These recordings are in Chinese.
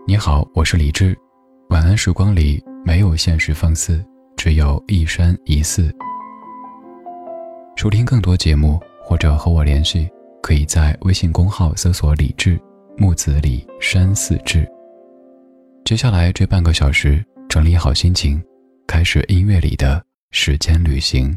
你好，我是李志。晚安时光里没有现实放肆，只有一山一寺。收听更多节目或者和我联系，可以在微信公号搜索李志，木子李，山寺志。接下来这半个小时，整理好心情，开始音乐里的时间旅行。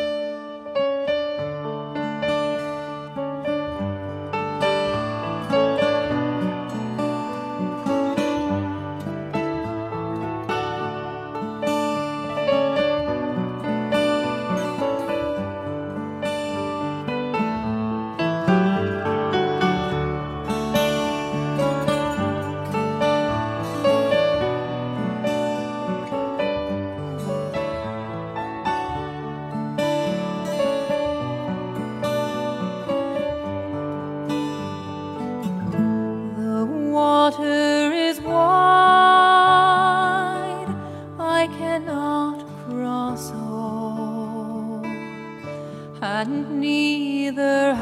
And neither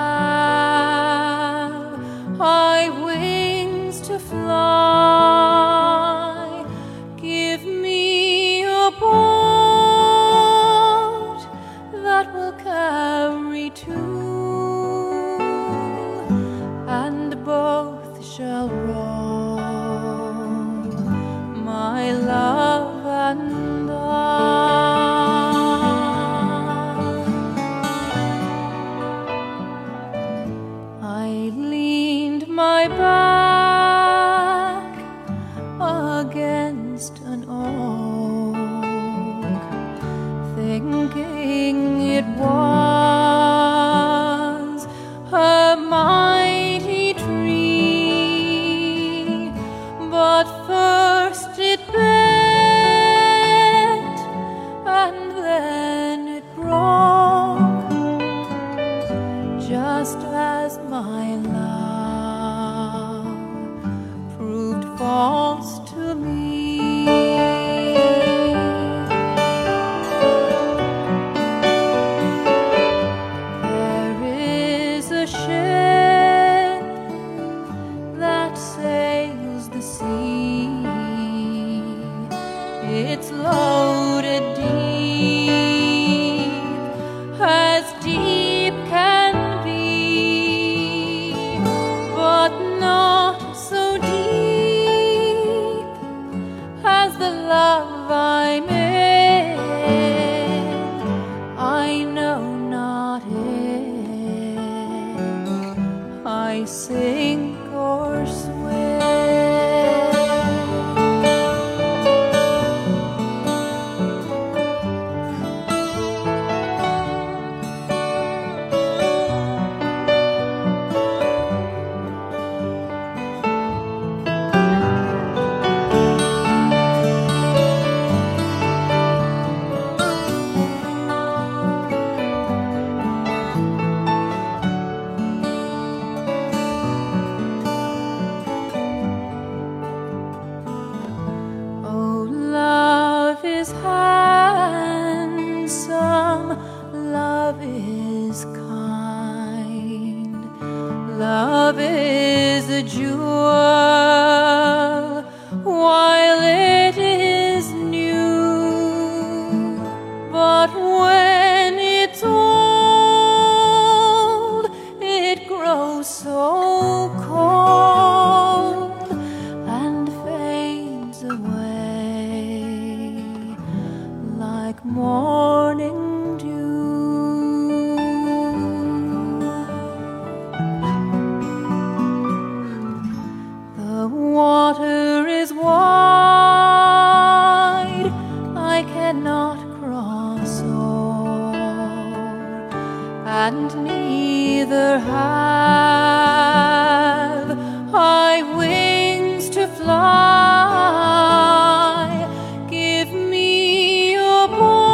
have I wings to fly. Give me a boat that will carry two, and both shall row, my love and I leaned my back against an oak, thinking it was a mighty tree, but first it bent and then it broke, just as my love proved false to me. There is a ship that sails the sea. It's loaded deep, as deep can be, but not so deep as the love I'm in. I know not if I sink or swim. Oh, love is handsome, love is kind, love is a jewel while it is new, but when it's old, it grows so cold and fades away like morning dew. The water is wide, I cannot cross o'er, and neither have I wings to fly. Give me a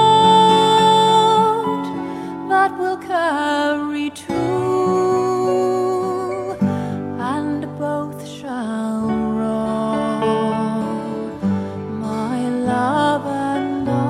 boat that will carry two, and both shall row, my love and I.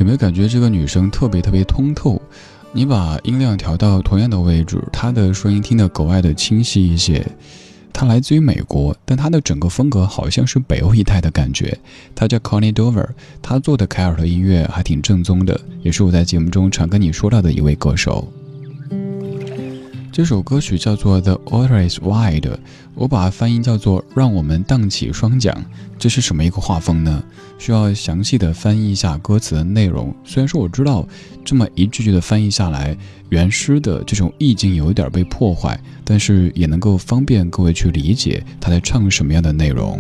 没有感觉这个女生特别特别通透？你把音量调到同样的位置，她的声音听得格外的清晰一些。她来自于美国，但她的整个风格好像是北欧一带的感觉。她叫 Connie Dover， 她做的凯尔特音乐还挺正宗的，也是我在节目中常跟你说到的一位歌手。这首歌曲叫做 The Water is Wide， 我把它翻译叫做让我们荡起双桨。这是什么一个画风呢？需要详细的翻译一下歌词的内容。虽然说我知道这么一句句的翻译下来，原诗的这种意境有一点被破坏，但是也能够方便各位去理解他在唱什么样的内容。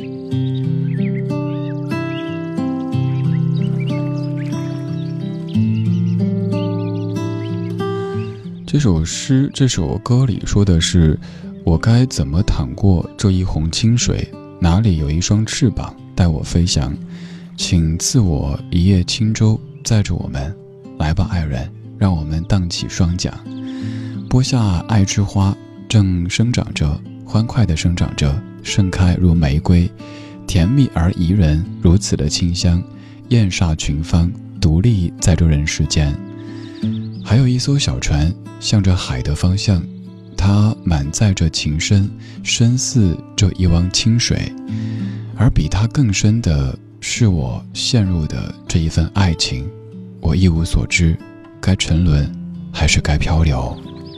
这首诗这首歌里说的是，我该怎么淌过这一泓清水，哪里有一双翅膀带我飞翔，请赐我一叶轻舟载着我们，来吧爱人，让我们荡起双桨。播下爱之花正生长着，欢快地生长着，盛开如玫瑰，甜蜜而宜人，如此的清香，艳煞群芳，独立在这人世间。还有一艘小船向着海的方向，它满载着情深，深似这一汪清水，而比它更深的是我陷入的这一份爱情。我一无所知，该沉沦还是该漂流？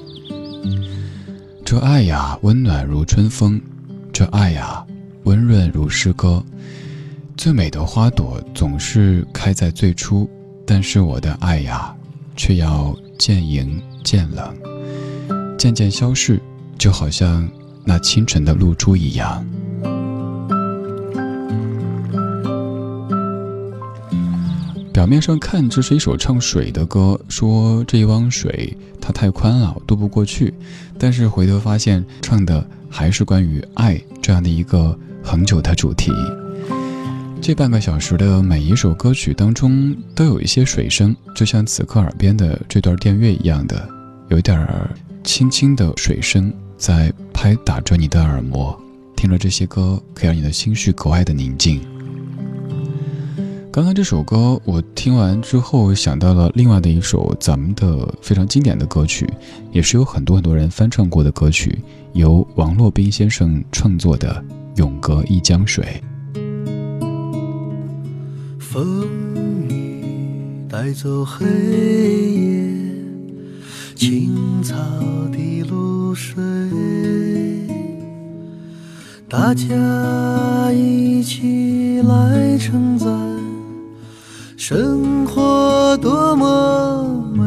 这爱呀，温暖如春风，这爱呀，温润如诗歌。最美的花朵总是开在最初，但是我的爱呀，却要渐盈渐冷，渐渐消逝，就好像那清晨的露珠一样。表面上看这是一首唱水的歌，说这一汪水它太宽了，渡不过去，但是回头发现唱的还是关于爱这样的一个恒久的主题。这半个小时的每一首歌曲当中都有一些水声，就像此刻耳边的这段电乐一样的，有点轻轻的水声在拍打着你的耳膜，听了这些歌可以让你的心绪格外的宁静。刚刚这首歌我听完之后想到了另外的一首咱们的非常经典的歌曲，也是有很多人翻唱过的歌曲，由王洛宾先生创作的《永隔一江水》。 风雨带走黑夜，青草的露水，大家一起来称赞生活多么美。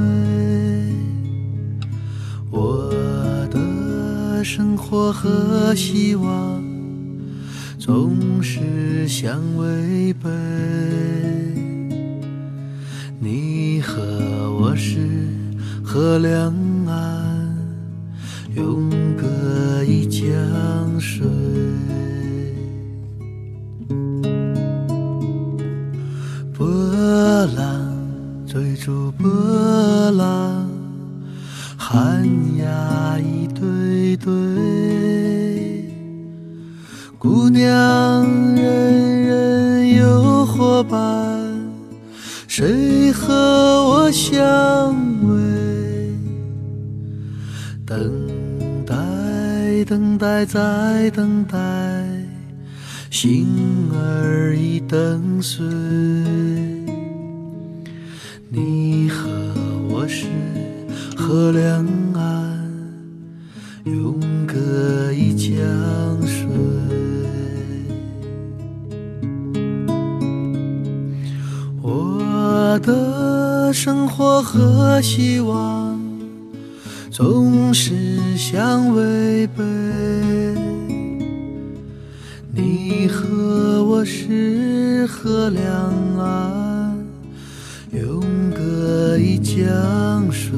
我的生活和希望总是相违背，你和我是河两岸，永隔一江水。波浪追逐波浪，寒鸦一对对，姑娘人人有伙伴，谁和我相偎？等待等待再等待，心儿已等碎。你和我是河两岸，永隔一江水。我的生活和希望总是相违背，你和我是河两岸，永隔一江水。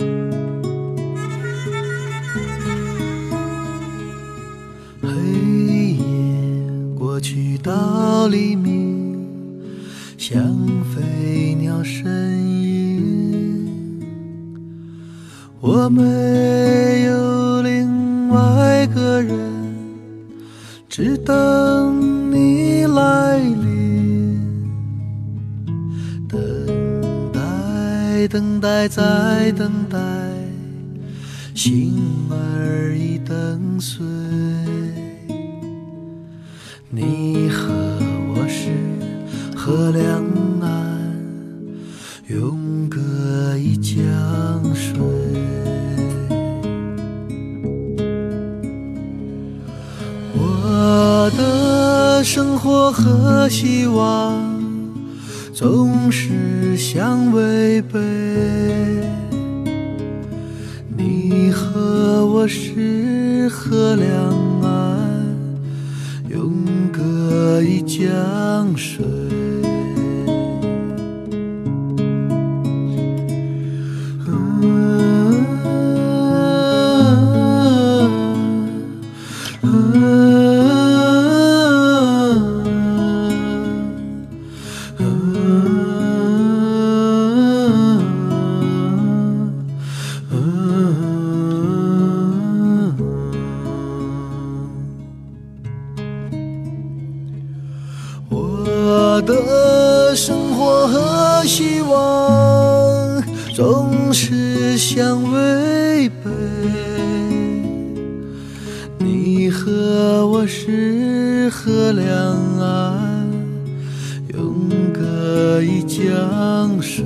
黑到黎明，像飞鸟呻吟。我没有另外个人，只等你来临。等待，等待，再等待，心儿已跟随。你和我是河两岸，永隔一江水。我的生活和希望总是相违背，你和我是河两岸，永隔一江水。我的生活和希望总是相违背，你和我是河两岸，永隔一江水。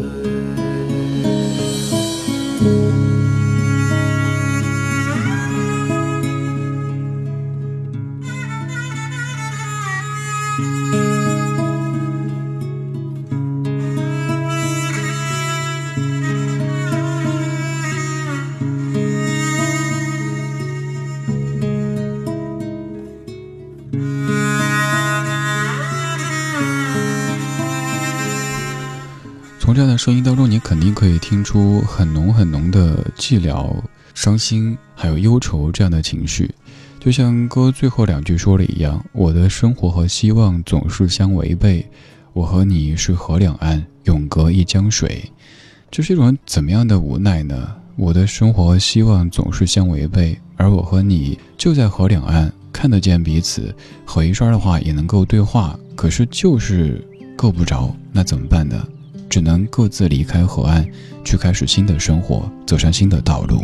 从这样的声音当中，你肯定可以听出很浓很浓的寂寥、伤心还有忧愁这样的情绪。就像歌最后两句说的一样，我的生活和希望总是相违背，我和你是河两岸，永隔一江水。这是一种怎么样的无奈呢？我的生活和希望总是相违背，而我和你就在河两岸，看得见彼此，吼一声的话也能够对话，可是就是够不着，那怎么办呢？只能各自离开河岸，去开始新的生活，走上新的道路。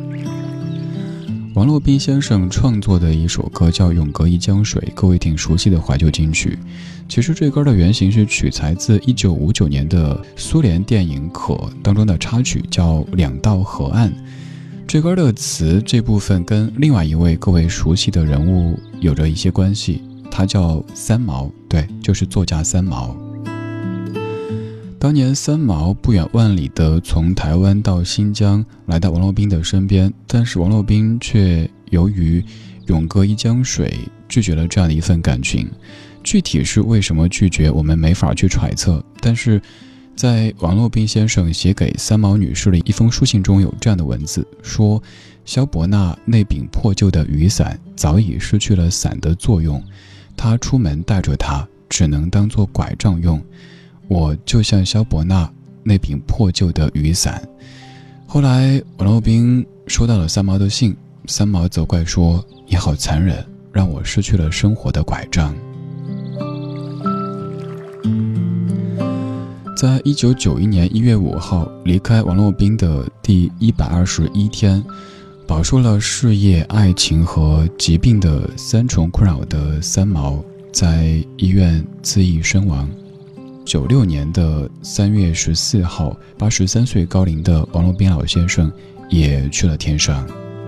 王洛宾先生创作的一首歌叫《永隔一江水》，各位挺熟悉的怀旧金曲。其实这歌的原型是取材自1959年的苏联电影《可》当中的插曲，叫《两道河岸》。这歌的词这部分跟另外一位各位熟悉的人物有着一些关系，他叫三毛，对，就是作家三毛。当年三毛不远万里的从台湾到新疆来到王洛宾的身边，但是王洛宾却由于永隔一江水拒绝了这样的一份感情。具体是为什么拒绝我们没法去揣测，但是在王洛宾先生写给三毛女士的一封书信中有这样的文字，说萧伯纳那柄破旧的雨伞早已失去了伞的作用，他出门带着它只能当作拐杖用，我就像萧伯纳那柄破旧的雨伞。后来王洛宾收到了三毛的信，三毛责怪说，你好残忍，让我失去了生活的拐杖。在1991年1月5号离开王洛宾的第121天，饱受了事业、爱情和疾病的三重困扰的三毛在医院自缢身亡。96年的3月14号，83岁高龄的王洛宾老先生也去了天上。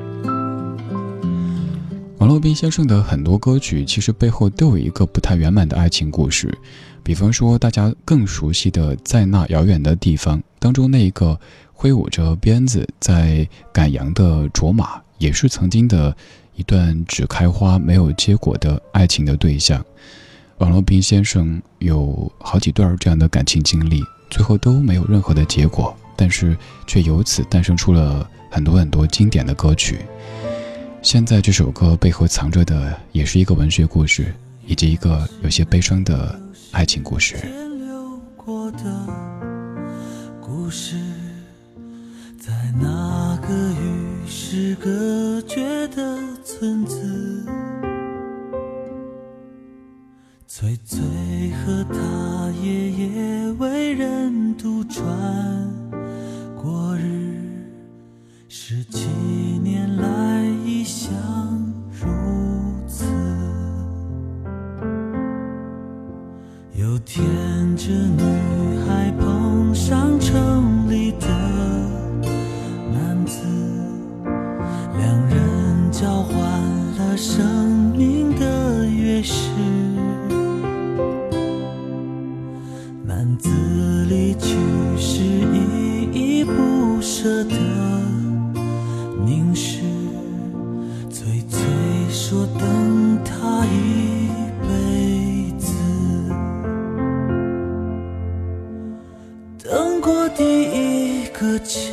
王洛宾先生的很多歌曲其实背后都有一个不太圆满的爱情故事，比方说大家更熟悉的《在那遥远的地方》当中那一个挥舞着鞭子在赶羊的卓玛，也是曾经的一段只开花没有结果的爱情的对象。王洛宾先生有好几段这样的感情经历，最后都没有任何的结果，但是却由此诞生出了很多很多经典的歌曲。现在这首歌背后藏着的也是一个文学故事， 以及一个有些悲伤的爱情故事。 过的故事，在那个与世隔绝的村子，翠翠和他爷爷为人独传过日，17年来一向如此。有天这女孩碰上城里的男子，两人交换了生命的钥匙。男子离去时依依不舍地凝视，翠翠说等他一辈子。等过第一个秋，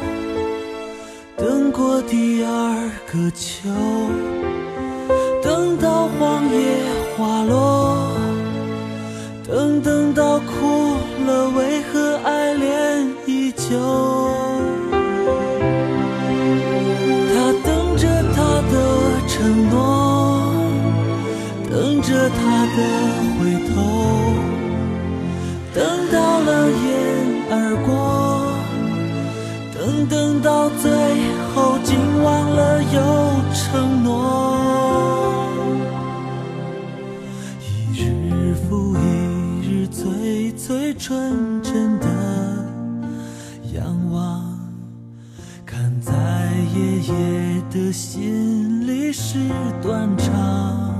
等过第二个秋，等到黄叶花落，等到哭了，为何爱恋依旧？他等着他的承诺，等着他的回头，等到了眼而过，等到最后竟忘了有承诺。一日复一日，最最纯真的仰望，看在爷爷的心里是断肠。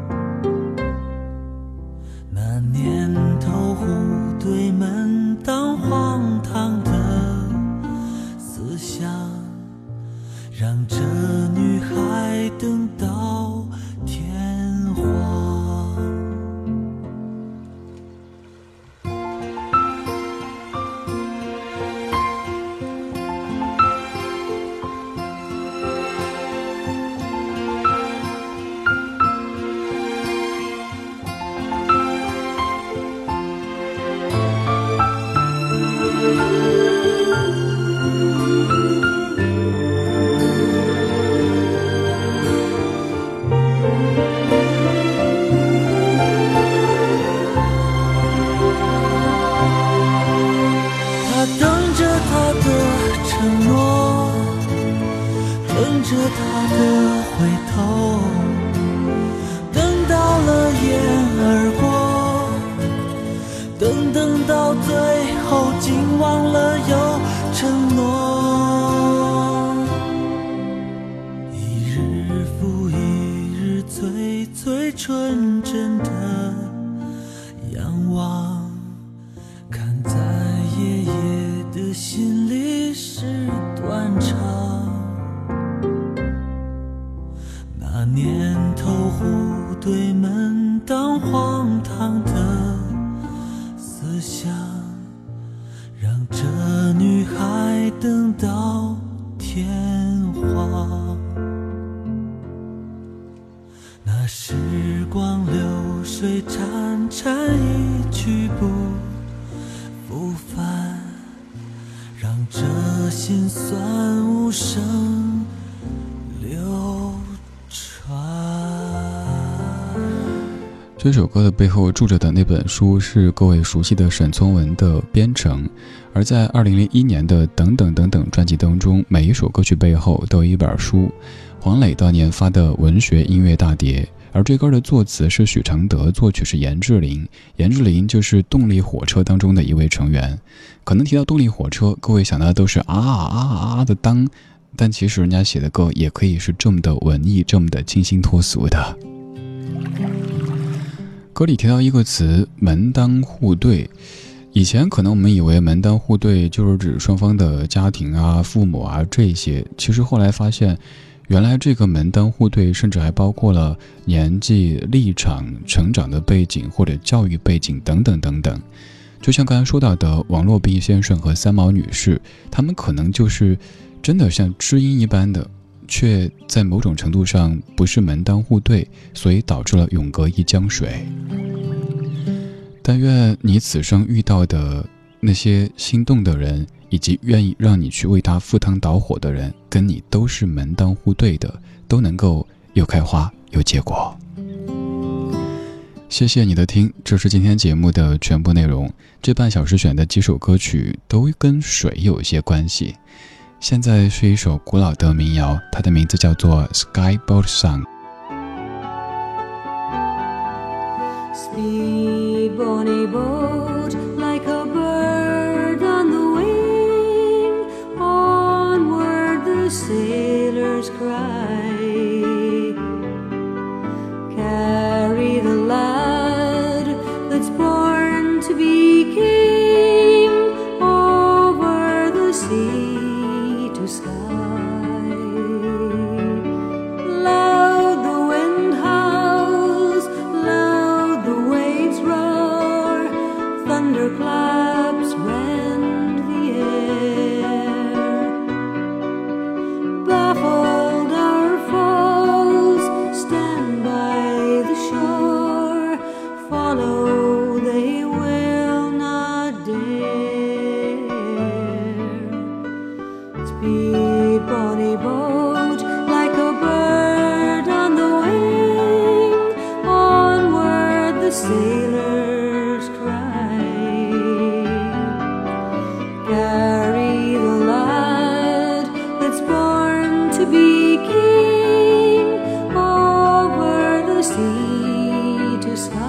那年头户对门当荒唐的思想，让这女孩等到天荒。等着他的回头，等到了眼而过，等到最后竟忘了有承诺。一日复一日，最最纯真的仰望，看在爷爷的心里是断肠。那年头户对门当荒唐的思想，让这女孩等到天荒。那时光流水潺潺，一去不复返，让这心酸无声流这首歌的背后住着的那本书是各位熟悉的沈从文的《编程》，而在2001年的《等等等等》专辑当中，每一首歌曲背后都有一本书，黄磊当年发的文学音乐大碟，而这歌的作词是许常德，作曲是严志林。严志林就是动力火车当中的一位成员。可能提到动力火车，各位想到的都是啊的当，但其实人家写的歌也可以是这么的文艺，这么的清新脱俗的。歌里提到一个词门当户对，以前可能我们以为门当户对就是指双方的家庭啊、父母啊这些，其实后来发现原来这个门当户对甚至还包括了年纪、立场、成长的背景或者教育背景等等等等。就像刚才说到的王洛宾先生和三毛女士，他们可能就是真的像知音一般的， 却在某种程度上不是门当户对，所以导致了永隔一江水。但愿你此生遇到的那些心动的人，以及愿意让你去为他赴汤蹈火的人，跟你都是门当户对的，都能够又开花又结果。谢谢你的听，这是今天节目的全部内容。这半小时选的几首歌曲都跟水有些关系。现在是一首古老的民谣，它的名字叫做 Skyboat Song。Speed, bonny boat, like a bird on the wing, onward the sailors cry. Carry the lad that's born to be king over the sea to sky. Loud the wind howls, loud the waves roar, thunderclaps rend the air. Baffled our foes stand by the shore, follow they will not dare. Speed, bonny boat, like a bird on the wing, onward the sailors cry. Carry the lad that's born to be king over the sea to sky.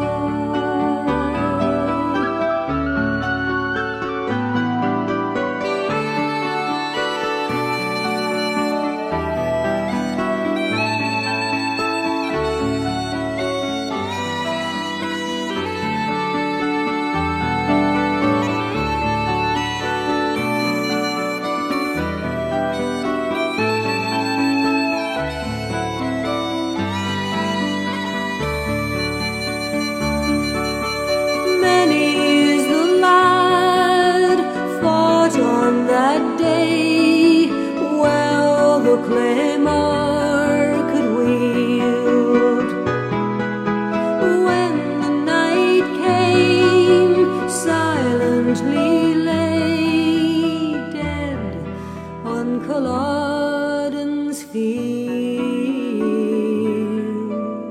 Many is the lad fought on that day, well the claymore could wield. When the night came, silently lay dead on Culloden's field.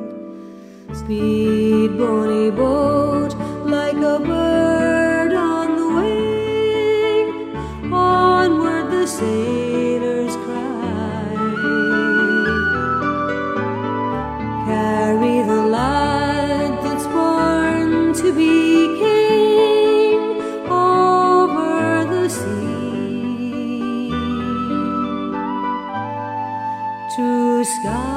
Speed, bonny boat, like a bird on the wing, onward the sailors cry. Carry the lad that's born to be king over the sea to sky.